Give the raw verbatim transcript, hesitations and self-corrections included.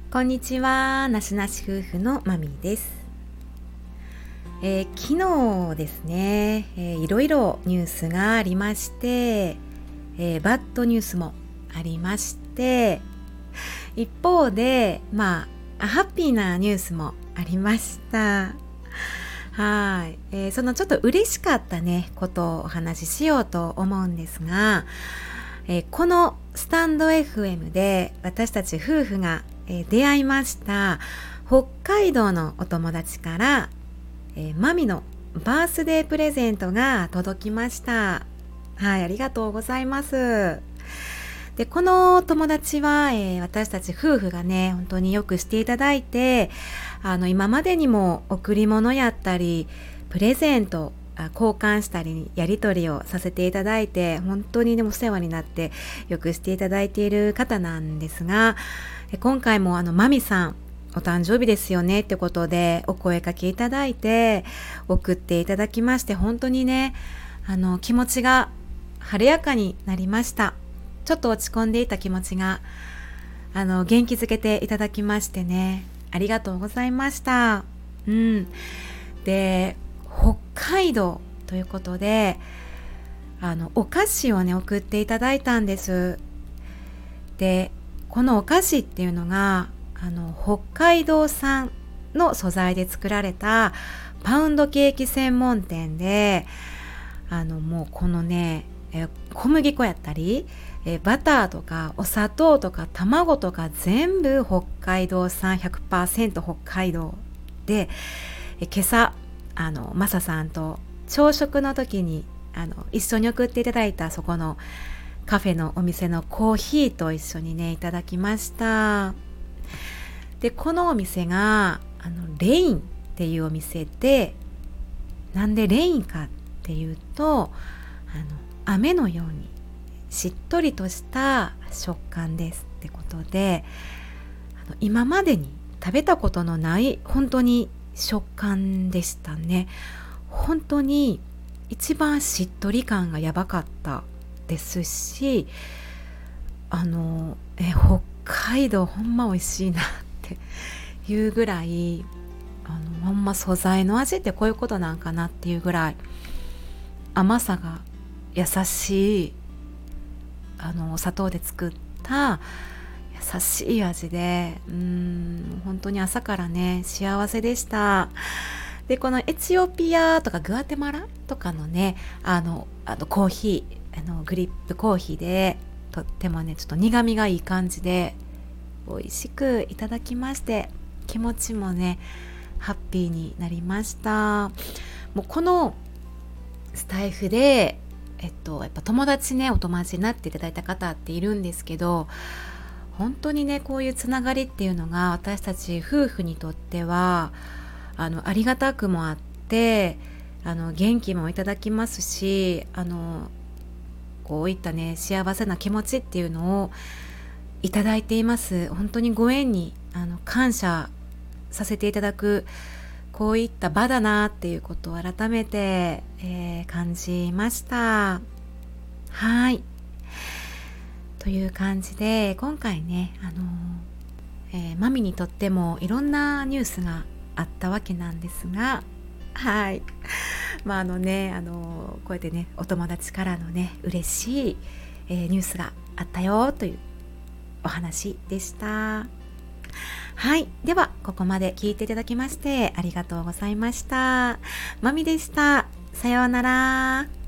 こんにちは、なしなし夫婦のまみです。えー、昨日ですね、えー、いろいろニュースがありまして、えー、バッドニュースもありまして、一方で、まあ、ハッピーなニュースもありました。はい、えー、そのちょっと嬉しかったね、ことをお話ししようと思うんですが、えー、このスタンド エフエム で私たち夫婦がえー、出会いました北海道のお友達から、えー、マミのバースデープレゼントが届きました。はい、ありがとうございます。で、この友達は、えー、私たち夫婦がね本当によくしていただいて、あの今までにも贈り物やったりプレゼント交換したりやり取りをさせていただいて、本当にでもお世話になってよくしていただいている方なんですが、今回もあのマミさんお誕生日ですよねってことでお声かけいただいて送っていただきまして、本当にねあの気持ちが晴れやかになりました。ちょっと落ち込んでいた気持ちがあの元気づけていただきましてね、ありがとうございました。うん、で北海道ということであのお菓子をね送っていただいたんです。でこのお菓子っていうのがあの北海道産の素材で作られたパウンドケーキ専門店で、あのもうこのねえ小麦粉やったりえバターとかお砂糖とか卵とか全部北海道産 ひゃくパーセント 北海道で、え今朝あのマサさんと朝食の時にあの一緒に送っていただいたそこのカフェのお店のコーヒーと一緒にねいただきました。でこのお店があのレインっていうお店で、なんでレインかっていうと、あの飴のようにしっとりとした食感ですってことで、あの今までに食べたことのない本当に食感でしたね。本当に一番しっとり感がやばかったですし、あのえ北海道ほんま美味しいなっていうぐらい、あのほんま素材の味ってこういうことなんかなっていうぐらい甘さが優しい、あのお砂糖で作った優しい味で、うーん本当に朝からね幸せでした。でこのエチオピアとかグアテマラとかのねあのあのコーヒーあのグリップコーヒーでとってもねちょっと苦みがいい感じで美味しくいただきまして、気持ちもねハッピーになりました。もうこのスタイフでえっとやっぱ友達ねお友達になっていただいた方っているんですけど、本当にねこういうつながりっていうのが私たち夫婦にとってはあのありがたくもあって、あの元気もいただきますし、あのこういったね幸せな気持ちっていうのをいただいています。本当にご縁にあの感謝させていただくこういった場だなっていうことを改めて、えー、感じました。はい、という感じで今回ね、あのーえー、マミにとってもいろんなニュースがあったわけなんですが、はいまああのねあのこうやってねお友達からのね嬉しい、えー、ニュースがあったよというお話でした。はい、ではここまで聞いていただきましてありがとうございました。まみでした。さようなら。